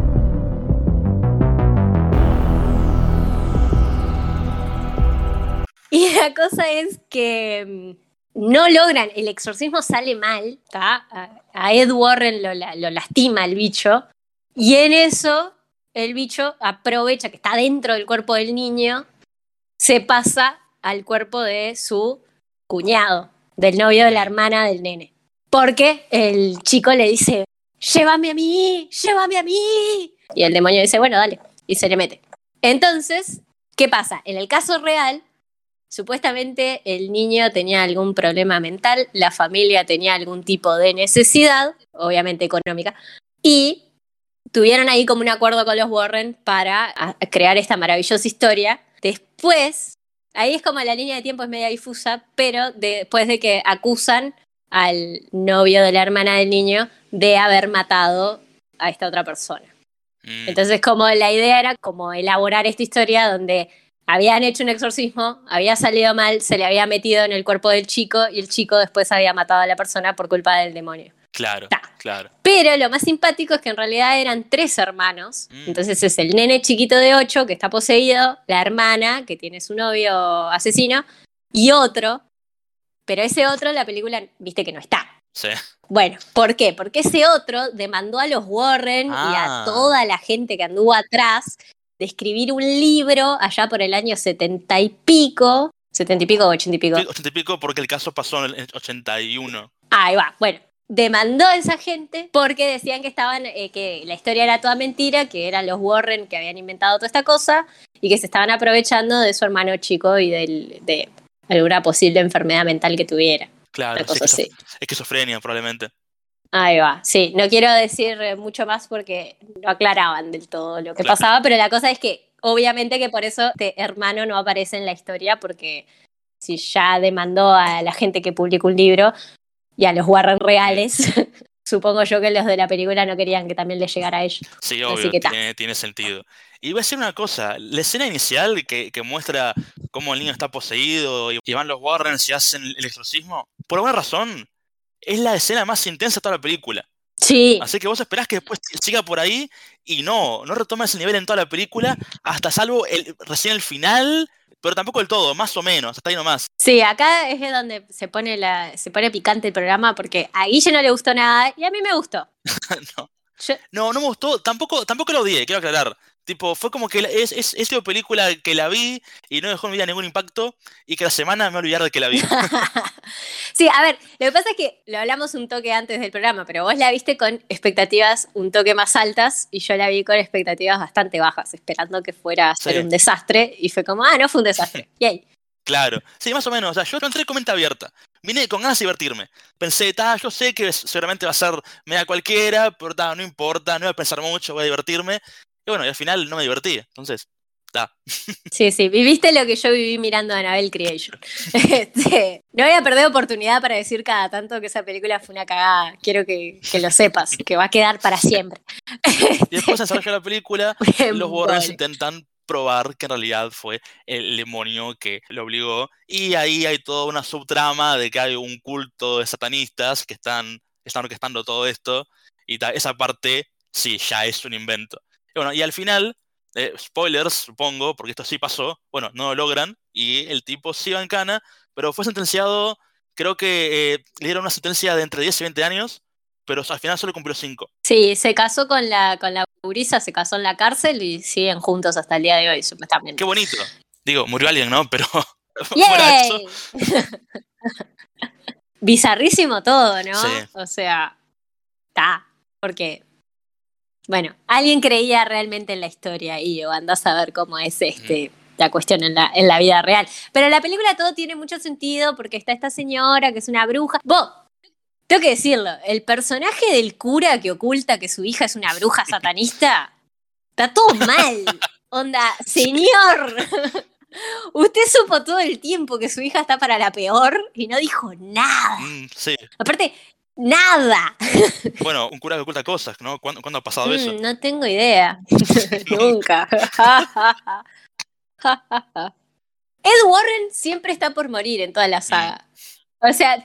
Y la cosa es que no logran, el exorcismo sale mal, ¿tá? A Ed Warren lo lastima el bicho, y en eso el bicho aprovecha que está dentro del cuerpo del niño, se pasa al cuerpo de su cuñado, del novio de la hermana del nene. Porque el chico le dice, llévame a mí. Y el demonio dice, bueno, dale, y se le mete. Entonces, ¿qué pasa? En el caso real, supuestamente el niño tenía algún problema mental, la familia tenía algún tipo de necesidad, obviamente económica, y tuvieron ahí como un acuerdo con los Warren para crear esta maravillosa historia. Después, ahí es como la línea de tiempo es media difusa, pero después de que acusan al novio de la hermana del niño de haber matado a esta otra persona. Entonces, como la idea era como elaborar esta historia donde habían hecho un exorcismo, había salido mal, se le había metido en el cuerpo del chico y el chico después había matado a la persona por culpa del demonio. Claro, claro. Pero lo más simpático es que en realidad eran 3 hermanos. Entonces es el nene chiquito de 8 que está poseído, la hermana que tiene su novio asesino y otro. Pero ese otro en la película, viste que no está. Sí. Bueno, ¿por qué? Porque ese otro demandó a los Warren y a toda la gente que anduvo atrás de escribir un libro allá por el año 70 y pico. 70 y pico o 80 y pico. 80 y pico porque el caso pasó en el 81. Ahí va, bueno. Demandó a esa gente porque decían que que la historia era toda mentira, que eran los Warren que habían inventado toda esta cosa y que se estaban aprovechando de su hermano chico y de alguna posible enfermedad mental que tuviera. Claro, sí, esquizofrenia probablemente. Ahí va, sí, no quiero decir mucho más porque no aclaraban del todo lo que pasaba, pero la cosa es que obviamente que por eso este hermano no aparece en la historia, porque si ya demandó a la gente que publicó un libro y a los Warren reales, supongo yo que los de la película no querían que también les llegara a ellos. Sí, obvio, tiene sentido. Y voy a decir una cosa, la escena inicial que muestra cómo el niño está poseído y van los Warren y hacen el exorcismo, por alguna razón, es la escena más intensa de toda la película. Sí. Así que vos esperás que después siga por ahí y no retoma ese nivel en toda la película, hasta salvo recién el final, pero tampoco del todo, más o menos, hasta ahí nomás. Sí, acá es donde se pone picante el programa porque a Guille no le gustó nada y a mí me gustó. No. Yo- No me gustó, tampoco la odié, quiero aclarar. Tipo, fue como que es tipo película que la vi y no dejó en mi vida ningún impacto y que la semana me olvidé de que la vi. Sí, a ver, lo que pasa es que lo hablamos un toque antes del programa, pero vos la viste con expectativas un toque más altas y yo la vi con expectativas bastante bajas, esperando que fuera a ser Sí, un desastre y fue como, no fue un desastre. Yay. claro. Sí, más o menos. O sea, yo entré con mente abierta. Vine con ganas de divertirme. Pensé, yo sé que seguramente va a ser media cualquiera, pero no importa, no voy a pensar mucho, voy a divertirme. Y bueno, y al final no me divertí. Entonces, ta. Sí, sí, viviste lo que yo viví mirando Annabelle Creation. No voy a perder oportunidad para decir cada tanto que esa película fue una cagada. Quiero que lo sepas, que va a quedar para siempre. Y después de desarrollar la película, Un los Warrens embole. intentan probar que en realidad fue el demonio que lo obligó. Y ahí hay toda una subtrama de que hay un culto de satanistas que están orquestando todo esto. Y esa parte, sí, ya es un invento. Y bueno, y al final, spoilers, supongo, porque esto sí pasó, bueno, no lo logran. Y el tipo sí va en cana, pero fue sentenciado, creo que le dieron una sentencia de entre 10 y 20 años, pero al final solo cumplió 5. Sí, se casó con la gurisa, se casó en la cárcel y siguen juntos hasta el día de hoy, Qué supuestamente. bonito. Digo, murió alguien, ¿no? Pero fuera de eso, ¡Yay! Bizarrísimo todo, sí. ¿no? O sea, está. Porque, bueno, alguien creía realmente en la historia y yo andás a ver cómo es Ujú. la cuestión en la vida real. Pero en la película todo tiene mucho sentido porque está esta señora que es una bruja. Vos, tengo que decirlo, el personaje del cura que oculta que su hija es una bruja satanista, está todo mal. Onda, señor, usted supo todo el tiempo que su hija está para la peor y no dijo nada. Sí. Aparte, nada. Bueno, un cura que oculta cosas, ¿no? ¿Cuándo ha pasado eso? No tengo idea. Nunca. Nunca. Ed Warren siempre está por morir en toda la Mm. saga. O sea,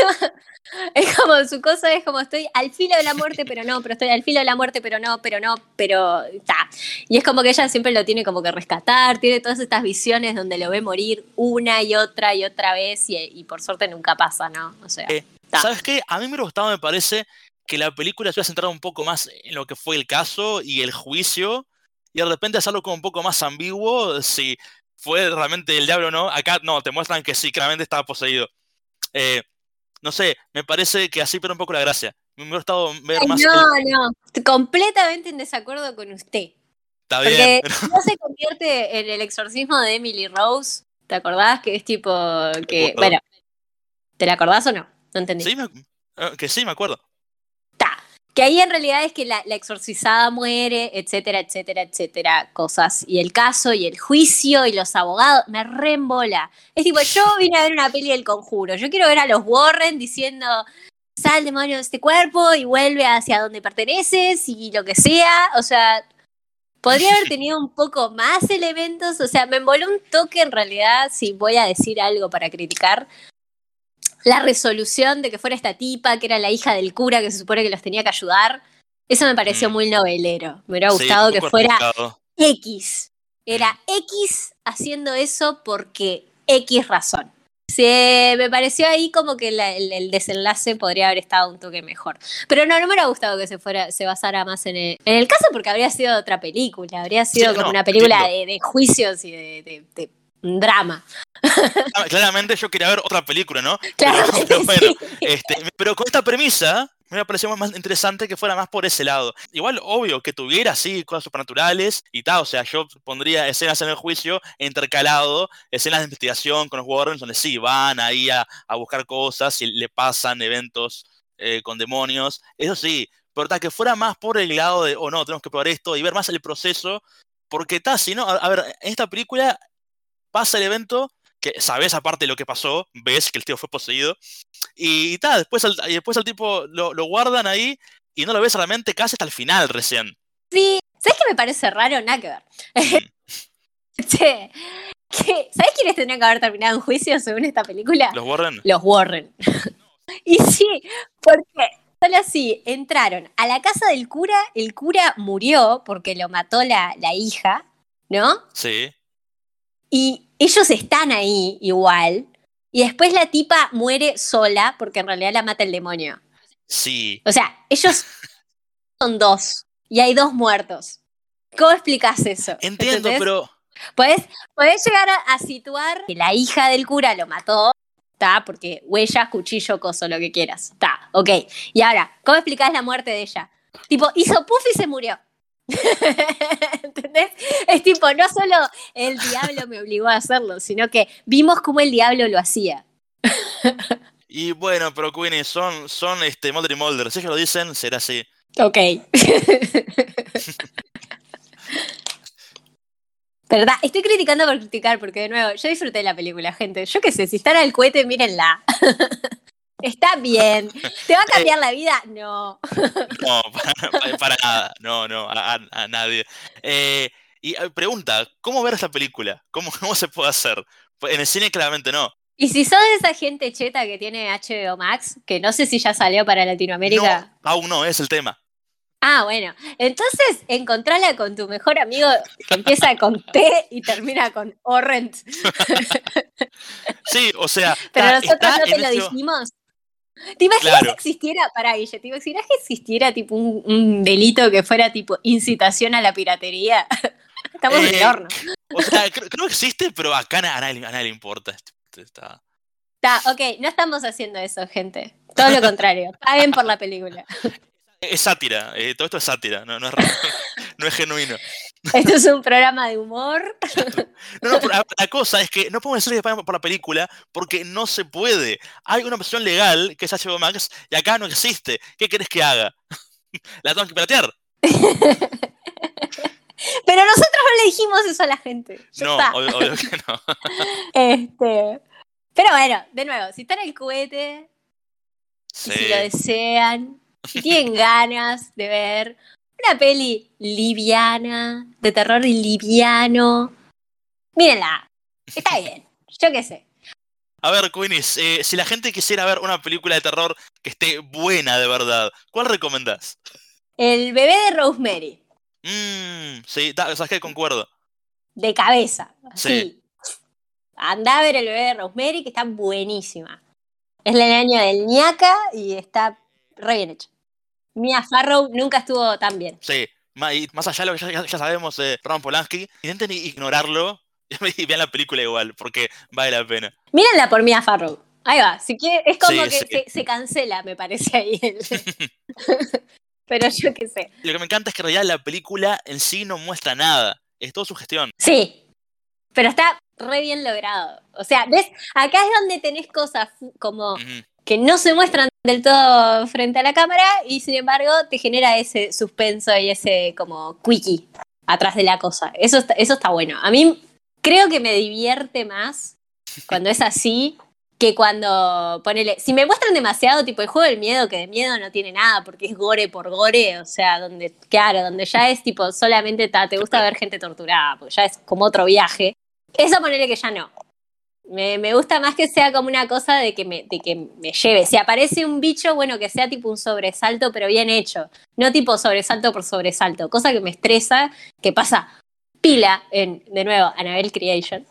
es como su cosa, es como estoy al filo de la muerte, pero no, pero estoy al filo de la muerte, pero no, pero está. Y es como que ella siempre lo tiene como que rescatar, tiene todas estas visiones donde lo ve morir una y otra vez y por suerte nunca pasa, ¿no? O sea, está. ¿Sabes qué? A mí me hubiera gustado, me parece, que la película se hubiera centrado un poco más en lo que fue el caso y el juicio, y de repente hacerlo como un poco más ambiguo, si fue realmente el diablo o no. Acá no, te muestran que sí, claramente estaba poseído. Eh, no sé, me parece que así pierde un poco la gracia. Me hubiera gustado ver Ay, más no, el... no, completamente en desacuerdo con usted. Está bien, Porque pero no se convierte en el exorcismo de Emily Rose, ¿te acordás? Que es tipo me que, acuerdo. bueno, ¿te la acordás o no? No entendí. Sí, que sí, me acuerdo. Ta. Que ahí en realidad es que la exorcizada muere, etcétera, etcétera, etcétera, cosas. Y el caso y el juicio y los abogados, me reembola. Es tipo, yo vine a ver una peli del Conjuro, yo quiero ver a los Warren diciendo, sal demonio de este cuerpo y vuelve hacia donde perteneces y lo que sea. O sea, podría haber tenido un poco más elementos, o sea, me emboló un toque en realidad, si voy a decir algo para criticar, la resolución de que fuera esta tipa, que era la hija del cura que se supone que los tenía que ayudar, eso me pareció Mm, muy novelero. Me hubiera sí, gustado un que poco fuera rebuscado. X. Mm. Era X haciendo eso porque X razón. Me pareció ahí como que el desenlace podría haber estado un toque mejor. Pero no me hubiera gustado que se basara más en el caso porque habría sido otra película, habría Sí, sido como no, una película entiendo. de juicios y de un drama. Claramente yo quería ver otra película, ¿no? Pero, pero Claramente bueno, sí. pero con esta premisa me pareció más interesante que fuera más por ese lado. Igual, obvio, que tuviera así cosas supernaturales y tal, o sea, yo pondría escenas en el juicio intercalado, escenas de investigación con los Warrens donde sí, van ahí a buscar cosas y le pasan eventos con demonios, eso sí, pero que fuera más por el lado de, oh no, tenemos que probar esto y ver más el proceso, porque tal, si no, a ver, en esta película pasa el evento, que sabes aparte de lo que pasó, ves que el tío fue poseído, y tal, después al tipo lo guardan ahí y no lo ves realmente casi hasta el final recién. Sí, ¿sabes qué me parece raro? Nada que ver. Mm. Che, ¿sabes quiénes tendrían que haber terminado en juicio según esta película? ¿Los Warren? Los Warren. Y sí, porque solo así entraron a la casa del cura, el cura murió porque lo mató la hija, ¿no? Sí. Y ellos están ahí igual, y después la tipa muere sola porque en realidad la mata el demonio. Sí. O sea, ellos son 2 y hay 2 muertos. ¿Cómo explicás eso? Entiendo, ¿Entendés? pero... Podés llegar a situar que la hija del cura lo mató, está, porque huellas, cuchillo, coso, lo que quieras. Está, ok. Y ahora, ¿cómo explicás la muerte de ella? Tipo, hizo puff y se murió. ¿Entendés? Es tipo, no solo el diablo me obligó a hacerlo, sino que vimos cómo el diablo lo hacía. Y bueno, pero Queenie, son Mulder y Mulder. Si ellos lo dicen, será así. Ok. ¿Verdad? Estoy criticando por criticar, porque de nuevo, yo disfruté la película, gente. Yo qué sé, si están al cohete, mírenla. Está bien. ¿Te va a cambiar la vida? No. No, para nada. No, a nadie. Y pregunta, ¿cómo ver esta película? ¿Cómo se puede hacer? Pues en el cine claramente no. Y si sos de esa gente cheta que tiene HBO Max, que no sé si ya salió para No, Latinoamérica. aún no, es el tema. Ah, bueno. Entonces, encontrala con tu mejor amigo que empieza con T y termina con Orrent. Sí, o sea, Pero nosotros está no en te lo este... dijimos. ¿Te imaginas que Claro. existiera, pará, Guille, ¿te imaginas que existiera tipo un delito que fuera tipo incitación a la piratería? Estamos en el Eh, horno. o sea, creo que existe, pero acá a nadie le importa. Está... Está, ok, no estamos haciendo eso, gente. Todo lo contrario. Paguen por la película. Es sátira, todo esto es sátira, no es, no es genuino. Esto es un programa de humor. No, pero la cosa es que no podemos decir que pagan por la película porque no se puede. Hay una opción legal que es HBO Max y acá no existe. ¿Qué querés que haga? ¿La tengo que piratear? Pero nosotros no le dijimos eso a la gente. Ya No, está. obvio que no. Pero bueno, de nuevo, si están en el cohete y si lo Sí. desean, si tienen ganas de ver una peli liviana, de terror liviano, mírenla. Está bien. Yo qué sé. A ver, Queenies, si la gente quisiera ver una película de terror que esté buena de verdad, ¿cuál recomendás? El bebé de Rosemary. Sí, sabes que concuerdo. De cabeza. Sí. Así. Andá a ver el bebé de Rosemary, que está buenísima. Es el año del ñaca y está re bien hecho. Mia Farrow nunca estuvo tan bien. Sí, y más allá de lo que ya sabemos de Roman Polanski, intenten ignorarlo y vean la película igual, porque vale la pena. Mírenla por Mia Farrow. Ahí va. Si quiere, es como Sí, sí. que se cancela, me parece ahí. Pero yo qué sé. Lo que me encanta es que en realidad la película en sí no muestra nada, es todo su gestión. Sí, pero está re bien logrado. O sea, ¿ves? Acá es donde tenés cosas como que no se muestran del todo frente a la cámara y sin embargo te genera ese suspenso y ese como quickie atrás de la cosa. Eso está bueno. A mí creo que me divierte más cuando es así que cuando ponele... Si me muestran demasiado tipo el juego del miedo, que de miedo no tiene nada porque es gore por gore, o sea, donde ya es tipo solamente te gusta ver gente torturada, porque ya es como otro viaje. Eso ponele que ya no. Me gusta más que sea como una cosa de que me lleve. Si aparece un bicho, bueno, que sea tipo un sobresalto, pero bien hecho. No tipo sobresalto por sobresalto. Cosa que me estresa, que pasa pila en, de nuevo, Annabelle Creation.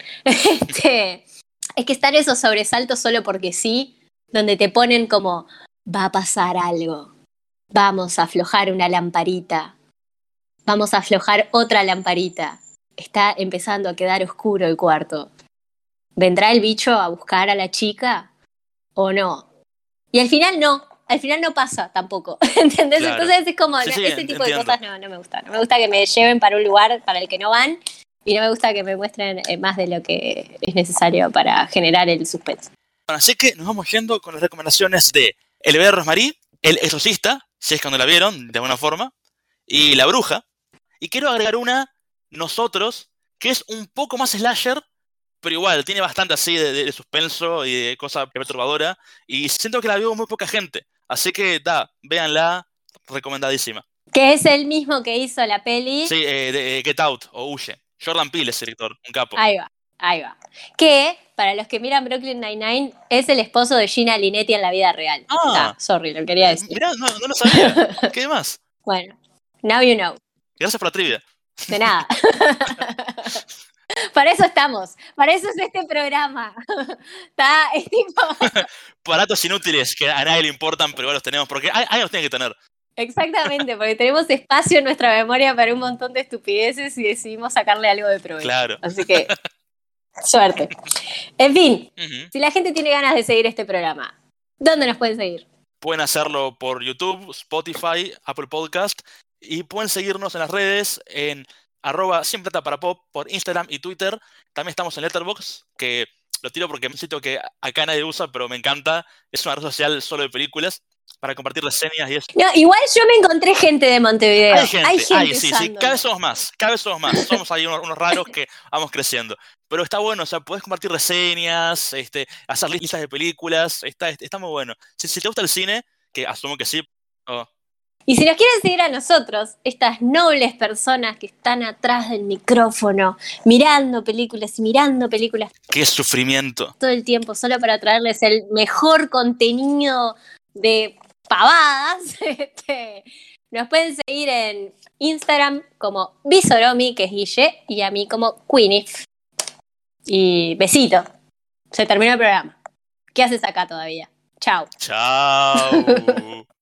Es que están esos sobresaltos solo porque sí, donde te ponen como, va a pasar algo. Vamos a aflojar una lamparita. Vamos a aflojar otra lamparita. Está empezando a quedar oscuro el cuarto. ¿Vendrá el bicho a buscar a la chica o no? Y al final no pasa tampoco, ¿entendés? Claro. Entonces es como, Sí, ese tipo entiendo. de cosas no me gustan. No me gusta que me lleven para un lugar para el que no van y no me gusta que me muestren más de lo que es necesario para generar el suspenso. Bueno, así que nos vamos yendo con las recomendaciones de El bebé de Rosemary, El exorcista, si es que no la vieron, de alguna forma, y La bruja. Y quiero agregar una, Nosotros, que es un poco más slasher, pero igual, tiene bastante así de suspenso y de cosa perturbadora. Y siento que la vio muy poca gente. Así que, véanla, recomendadísima. Que es el mismo que hizo la peli. Sí, de Get Out o Huye. Jordan Peele es el director, un capo. Ahí va. Que, para los que miran Brooklyn Nine-Nine, es el esposo de Gina Linetti en la vida real. Sorry, lo quería decir. Mirá, no lo sabía. ¿Qué más? Bueno, now you know. Gracias por la trivia. De nada. Para eso estamos, para eso es este programa. Es tipo... Aparatos inútiles que a nadie le importan, pero igual los tenemos, porque alguien los tiene que tener. Exactamente, porque tenemos espacio en nuestra memoria para un montón de estupideces y decidimos sacarle algo de provecho. Claro. Así que, suerte. En fin, Uh-huh. si la gente tiene ganas de seguir este programa, ¿dónde nos pueden seguir? Pueden hacerlo por YouTube, Spotify, Apple Podcast, y pueden seguirnos en las redes en @siempreataparapop por Instagram y Twitter. También estamos en Letterboxd, que lo tiro porque es un sitio que acá nadie usa, pero me encanta. Es una red social solo de películas para compartir reseñas y eso. No, igual yo me encontré gente de Montevideo. Hay gente, sí, usándolo. cada vez somos más. Somos ahí unos raros que vamos creciendo. Pero está bueno, o sea, podés compartir reseñas, hacer listas de películas, está muy bueno. Si te gusta el cine, que asumo que sí. Oh, Y si nos quieren seguir a nosotros, estas nobles personas que están atrás del micrófono, mirando películas y mirando películas qué sufrimiento. todo el tiempo, solo para traerles el mejor contenido de pavadas, nos pueden seguir en Instagram como Visoromi, que es Guille, y a mí como Queenif. Y besito. Se terminó el programa. ¿Qué haces acá todavía? Chao. Chao.